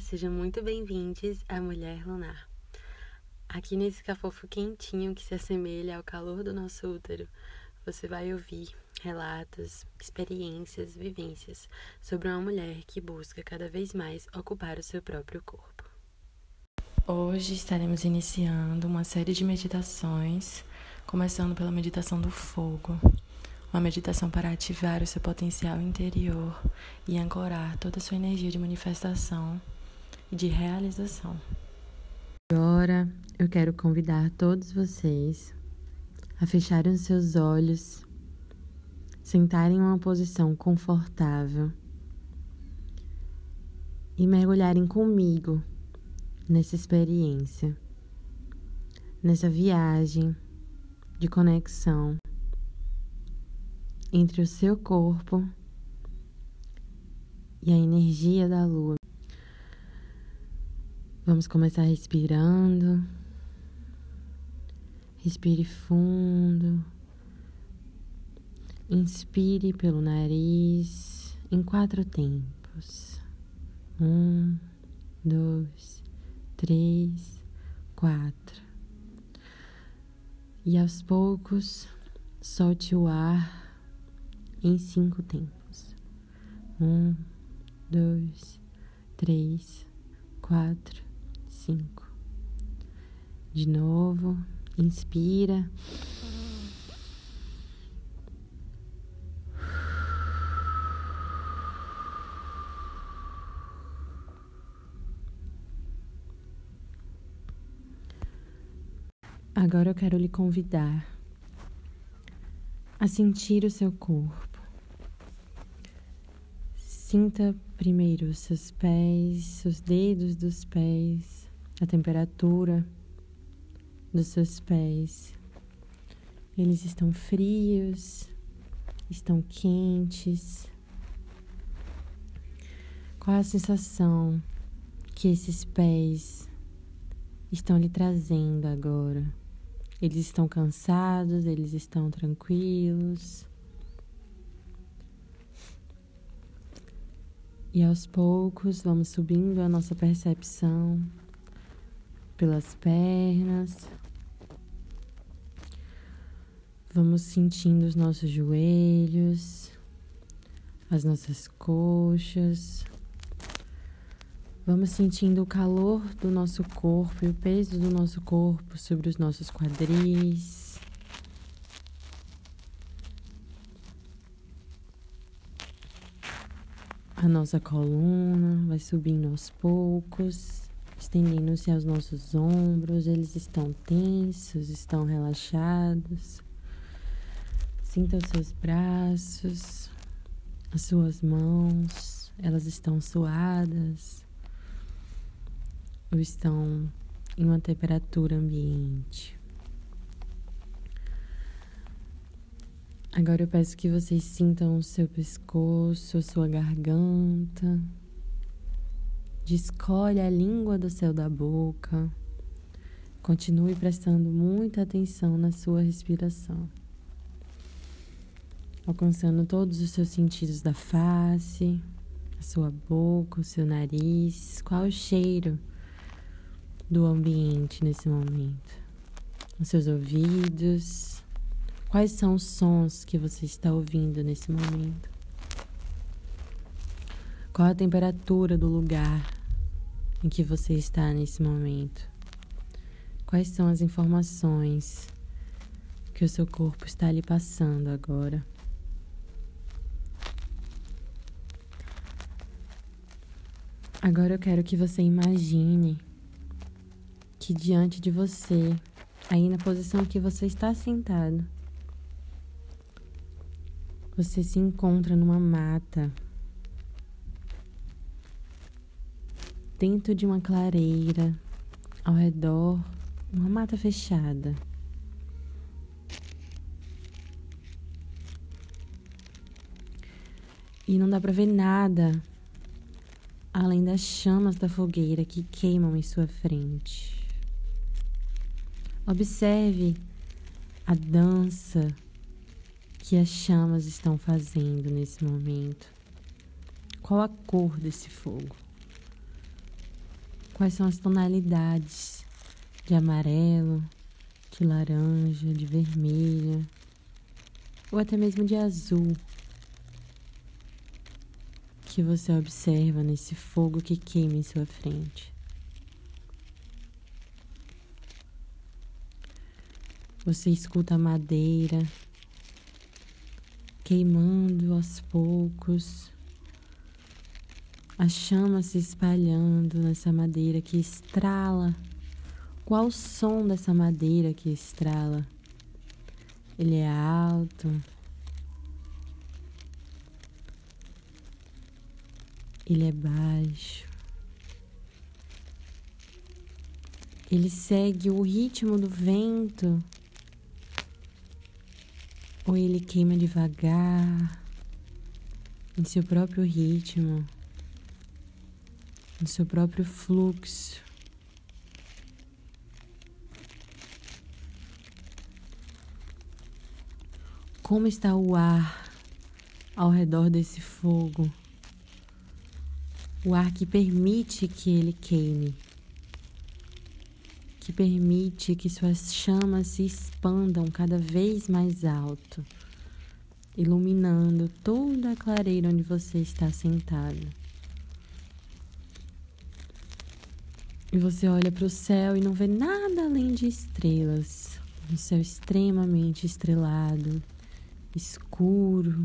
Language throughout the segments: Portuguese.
sejam muito bem-vindos à Mulher Lunar. Aqui nesse cafofo quentinho que se assemelha ao calor do nosso útero, você vai ouvir relatos, experiências, vivências sobre uma mulher que busca cada vez mais ocupar o seu próprio corpo. Hoje estaremos iniciando uma série de meditações, começando pela meditação do fogo. Uma meditação para ativar o seu potencial interior e ancorar toda a sua energia de manifestação e de realização. Agora eu quero convidar todos vocês a fecharem os seus olhos, sentarem em uma posição confortável e mergulharem comigo nessa experiência, nessa viagem de conexão entre o seu corpo e a energia da lua. Vamos começar respirando. Respire fundo. Inspire pelo nariz em 4 tempos. 1, 2, 3, 4. E aos poucos, solte o ar em 5 tempos. 1, 2, 3, 4, 5. De novo, inspira. Agora eu quero lhe convidar a sentir o seu corpo. Sinta primeiro os seus pés, os dedos dos pés, a temperatura dos seus pés. Eles estão frios, estão quentes. Qual a sensação que esses pés estão lhe trazendo agora? Eles estão cansados, eles estão tranquilos. E aos poucos vamos subindo a nossa percepção pelas pernas. Vamos sentindo os nossos joelhos, as nossas coxas. Vamos sentindo o calor do nosso corpo e o peso do nosso corpo sobre os nossos quadris. A nossa coluna vai subindo aos poucos, estendendo-se aos nossos ombros. Eles estão tensos, estão relaxados. Sinta os seus braços, as suas mãos, elas estão suadas ou estão em uma temperatura ambiente. Agora eu peço que vocês sintam o seu pescoço, a sua garganta. Descolhe a língua do céu da boca. Continue prestando muita atenção na sua respiração, alcançando todos os seus sentidos da face, a sua boca, o seu nariz. Qual o cheiro do ambiente nesse momento? Os seus ouvidos. Quais são os sons que você está ouvindo nesse momento? Qual a temperatura do lugar em que você está nesse momento? Quais são as informações que o seu corpo está lhe passando agora? Agora eu quero que você imagine que diante de você, aí na posição que você está sentado, você se encontra numa mata, dentro de uma clareira, ao redor, uma mata fechada. E não dá para ver nada além das chamas da fogueira que queimam em sua frente. Observe a dança que as chamas estão fazendo nesse momento. Qual a cor desse fogo? quais são as tonalidades de amarelo, de laranja, de vermelha, ou até mesmo de azul, que você observa nesse fogo que queima em sua frente. Você escuta a madeira queimando aos poucos, a chama se espalhando nessa madeira que estrala. Qual o som dessa madeira que estrala? Ele é alto, ele é baixo, ele segue o ritmo do vento, ou ele queima devagar, em seu próprio ritmo, no seu próprio fluxo. Como está o ar ao redor desse fogo? O ar que permite que ele queime, que permite que suas chamas se expandam cada vez mais alto, iluminando toda a clareira onde você está sentado. E você olha para o céu e não vê nada além de estrelas. Um céu extremamente estrelado, escuro.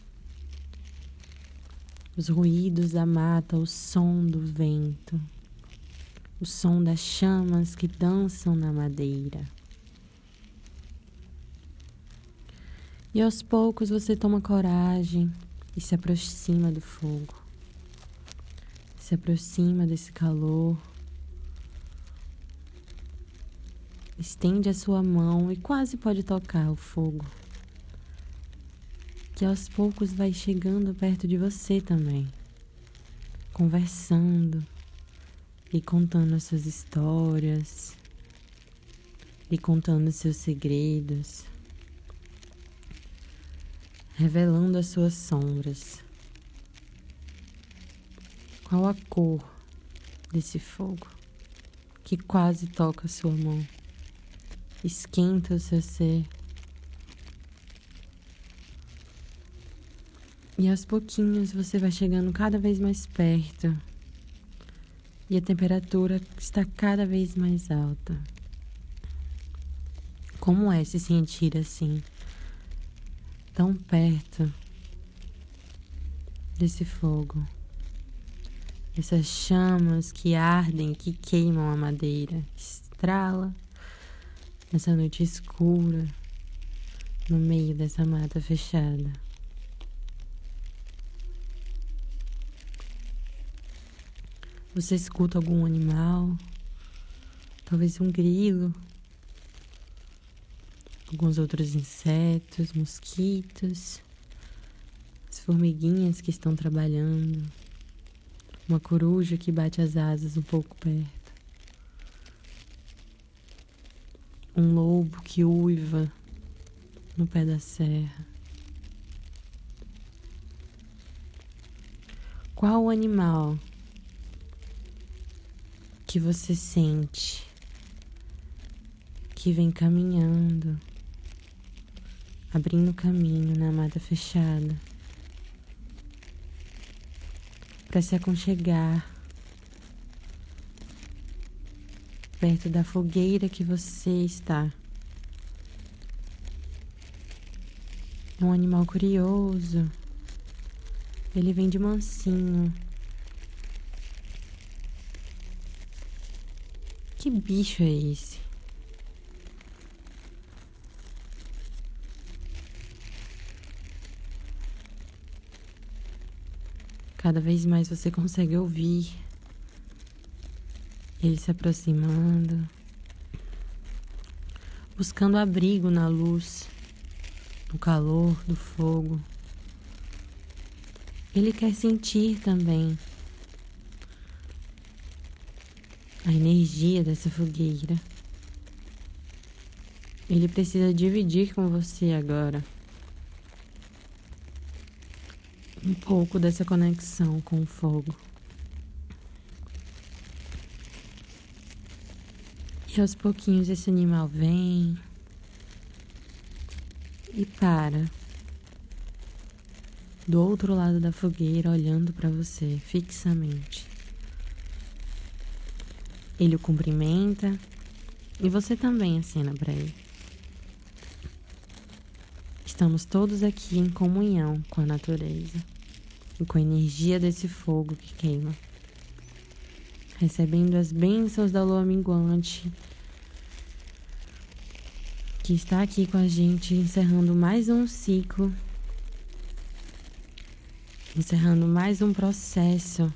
Os ruídos da mata, o som do vento, o som das chamas que dançam na madeira. E aos poucos você toma coragem e se aproxima do fogo. Se aproxima desse calor. Estende a sua mão e quase pode tocar o fogo, que aos poucos vai chegando perto de você também, conversando e contando as suas histórias, e contando os seus segredos, revelando as suas sombras. Qual a cor desse fogo que quase toca a sua mão? Esquenta o seu ser. E aos pouquinhos você vai chegando cada vez mais perto. E a temperatura está cada vez mais alta. Como é se sentir assim, tão perto desse fogo? Essas chamas que ardem, que queimam a madeira. Estrala nessa noite escura, no meio dessa mata fechada. Você escuta algum animal, talvez um grilo, alguns outros insetos, mosquitos, as formiguinhas que estão trabalhando, uma coruja que bate as asas um pouco perto, um lobo que uiva no pé da serra. Qual o animal que você sente que vem caminhando, abrindo caminho na mata fechada para se aconchegar perto da fogueira que você está? É um animal curioso. Ele vem de mansinho. Que bicho é esse? Cada vez mais você consegue ouvir ele se aproximando, buscando abrigo na luz, no calor do fogo. Ele quer sentir também a energia dessa fogueira. Ele precisa dividir com você agora um pouco dessa conexão com o fogo. E aos pouquinhos esse animal vem e para do outro lado da fogueira, olhando para você fixamente. Ele o cumprimenta e você também acena para ele. Estamos todos aqui em comunhão com a natureza e com a energia desse fogo que queima, recebendo as bênçãos da lua minguante, que está aqui com a gente, encerrando mais um ciclo, encerrando mais um processo,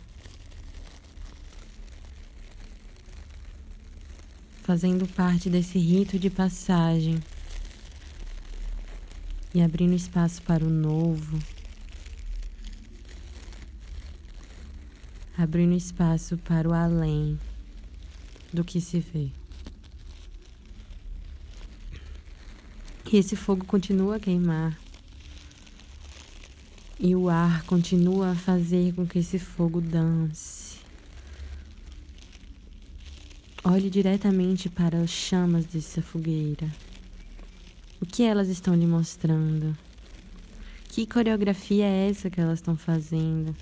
fazendo parte desse rito de passagem e abrindo espaço para o novo, abrindo espaço para o além do que se vê. E esse fogo continua a queimar. E o ar continua a fazer com que esse fogo dance. Olhe diretamente para as chamas dessa fogueira. O que elas estão lhe mostrando? Que coreografia é essa que elas estão fazendo?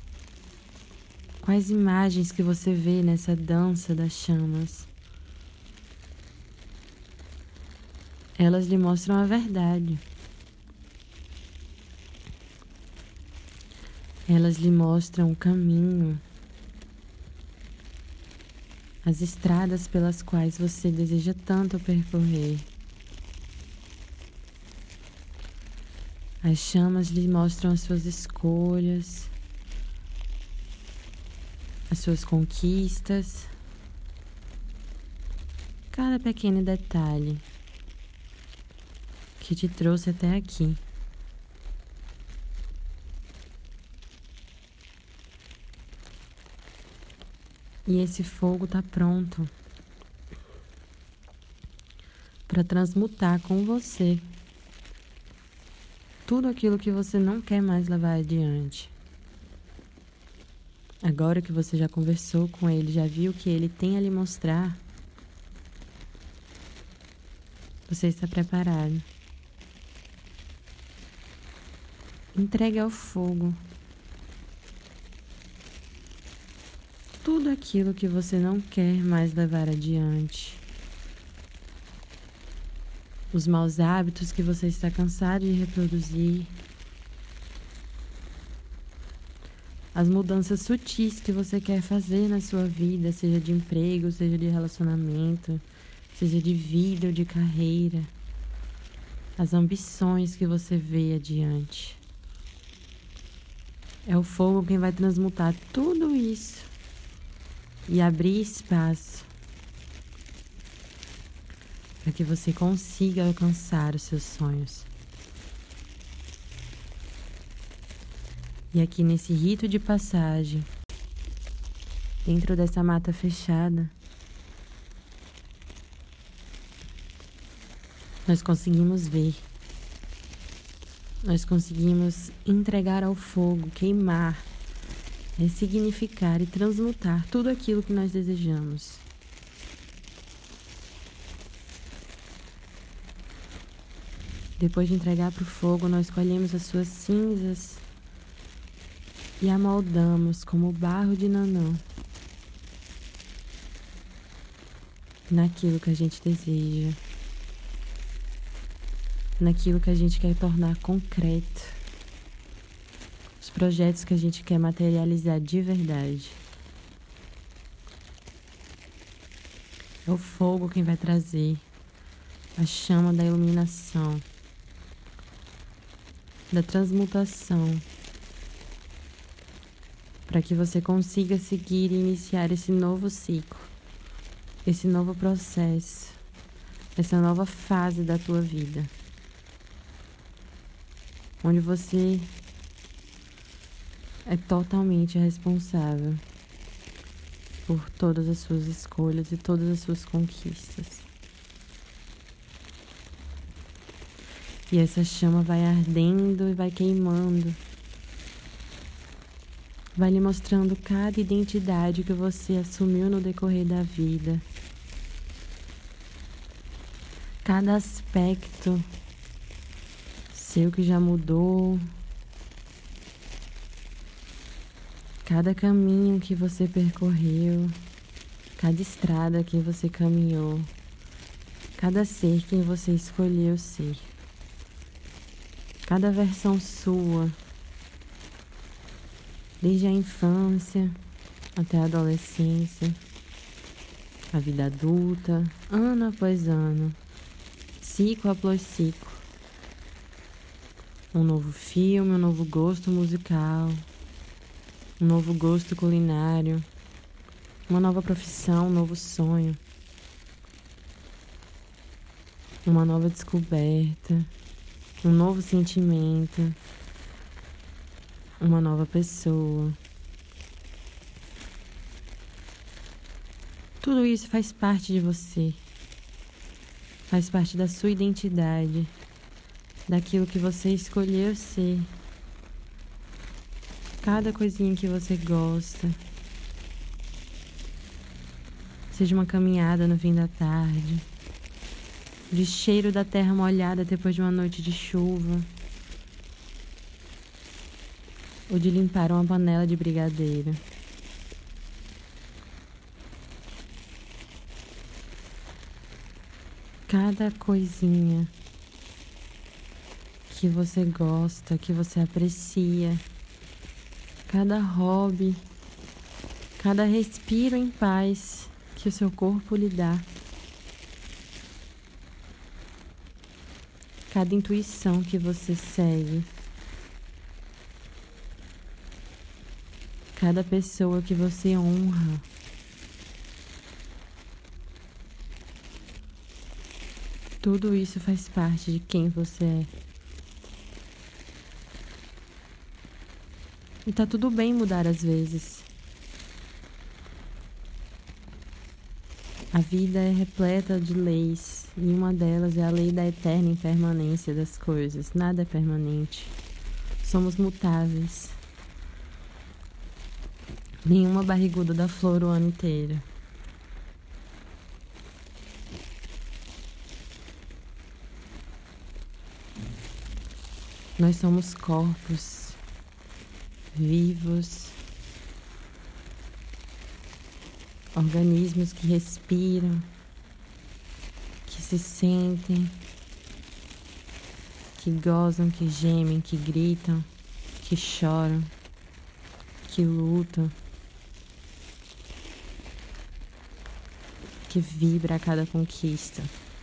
Quais imagens que você vê nessa dança das chamas? Elas lhe mostram a verdade. Elas lhe mostram o caminho, as estradas pelas quais você deseja tanto percorrer. As chamas lhe mostram as suas escolhas, as suas conquistas, cada pequeno detalhe que te trouxe até aqui. E esse fogo está pronto para transmutar com você tudo aquilo que você não quer mais levar adiante. Agora que você já conversou com ele, já viu o que ele tem a lhe mostrar, você está preparado. Entregue ao fogo tudo aquilo que você não quer mais levar adiante. Os maus hábitos que você está cansado de reproduzir. As mudanças sutis que você quer fazer na sua vida, seja de emprego, seja de relacionamento, seja de vida ou de carreira. As ambições que você vê adiante. É o fogo quem vai transmutar tudo isso e abrir espaço para que você consiga alcançar os seus sonhos. E aqui nesse rito de passagem, dentro dessa mata fechada, nós conseguimos ver, nós conseguimos entregar ao fogo, queimar, ressignificar e transmutar tudo aquilo que nós desejamos. Depois de entregar para o fogo, nós colhemos as suas cinzas e amoldamos como barro de Nanã naquilo que a gente deseja, naquilo que a gente quer tornar concreto, os projetos que a gente quer materializar de verdade. É o fogo quem vai trazer a chama da iluminação, da transmutação, para que você consiga seguir e iniciar esse novo ciclo, esse novo processo, essa nova fase da tua vida, onde você é totalmente responsável por todas as suas escolhas e todas as suas conquistas. E essa chama vai ardendo e vai queimando, vai lhe mostrando cada identidade que você assumiu no decorrer da vida, cada aspecto seu que já mudou, cada caminho que você percorreu, cada estrada que você caminhou, cada ser que você escolheu ser, cada versão sua, desde a infância até a adolescência, a vida adulta, ano após ano, ciclo após ciclo. Um novo filme, um novo gosto musical, um novo gosto culinário, uma nova profissão, um novo sonho, uma nova descoberta, um novo sentimento, uma nova pessoa. Tudo isso faz parte de você, faz parte da sua identidade, daquilo que você escolheu ser. Cada coisinha que você gosta, seja uma caminhada no fim da tarde, de cheiro da terra molhada depois de uma noite de chuva, ou de limpar uma panela de brigadeiro. Cada coisinha que você gosta, que você aprecia, cada hobby, cada respiro em paz que o seu corpo lhe dá, cada intuição que você segue, cada pessoa que você honra, tudo isso faz parte de quem você é. E tá tudo bem mudar às vezes. A vida é repleta de leis, e uma delas é a lei da eterna impermanência das coisas. Nada é permanente. Somos mutáveis. Nenhuma barriguda dá flor o ano inteiro. Nós somos corpos vivos, organismos que respiram, que se sentem, que gozam, que gemem, que gritam, que choram, que lutam, que vibra a cada conquista,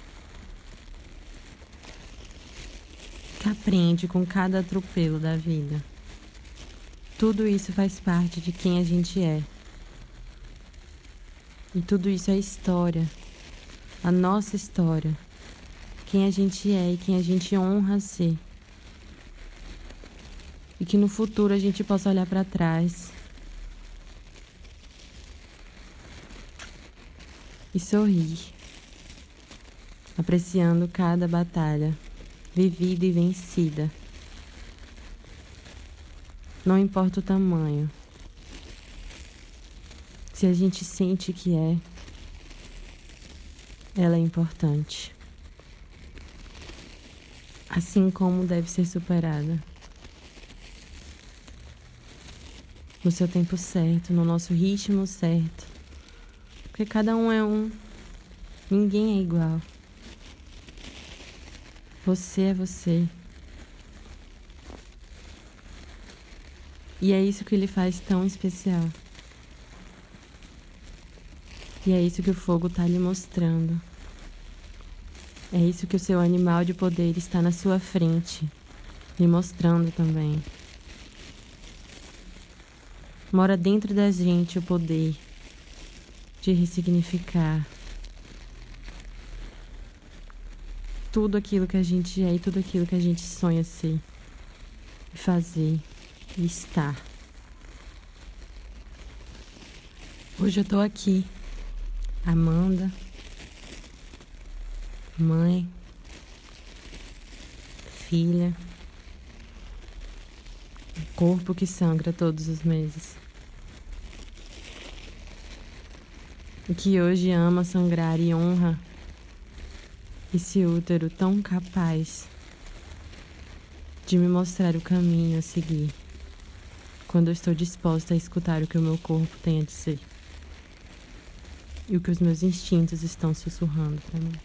que aprende com cada atropelo da vida. Tudo isso faz parte de quem a gente é. E tudo isso é história, a nossa história, quem a gente é e quem a gente honra ser. E que no futuro a gente possa olhar para trás e sorrir, apreciando cada batalha vivida e vencida. Não importa o tamanho. Se a gente sente que ela é importante. Assim como deve ser superada. No seu tempo certo, no nosso ritmo certo. Porque cada um é um. Ninguém é igual. Você é você. E é isso que lhe faz tão especial. E é isso que o fogo está lhe mostrando. É isso que o seu animal de poder está na sua frente, lhe mostrando também. Mora dentro da gente o poder de ressignificar tudo aquilo que a gente é e tudo aquilo que a gente sonha ser, e fazer, e estar. Hoje eu tô aqui, Amanda, mãe, filha, corpo que sangra todos os meses. E que hoje ama sangrar e honra Esse útero tão capaz de me mostrar o caminho a seguir quando eu estou disposta a escutar o que o meu corpo tem a dizer e o que os meus instintos estão sussurrando para mim.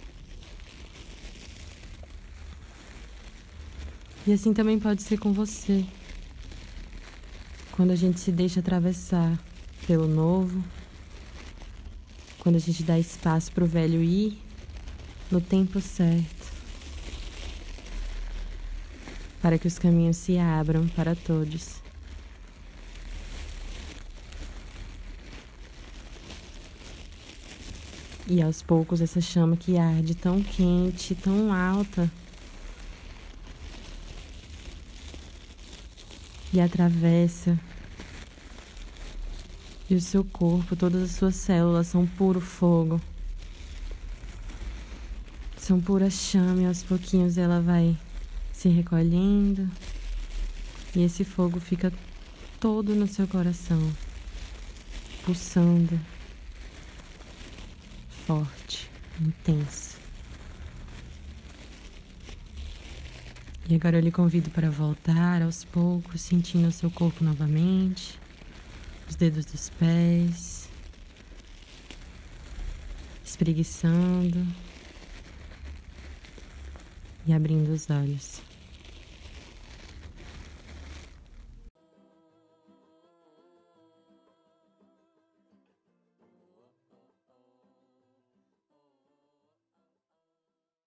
E assim também pode ser com você. Quando a gente se deixa atravessar pelo novo, quando a gente dá espaço para o velho ir no tempo certo, para que os caminhos se abram para todos. E aos poucos essa chama que arde tão quente, tão alta, e atravessa, e o seu corpo, todas as suas células são puro fogo, são pura chama, e aos pouquinhos ela vai se recolhendo, e esse fogo fica todo no seu coração, pulsando, forte, intenso. E agora eu lhe convido para voltar aos poucos, sentindo o seu corpo novamente, os dedos dos pés, espreguiçando e abrindo os olhos.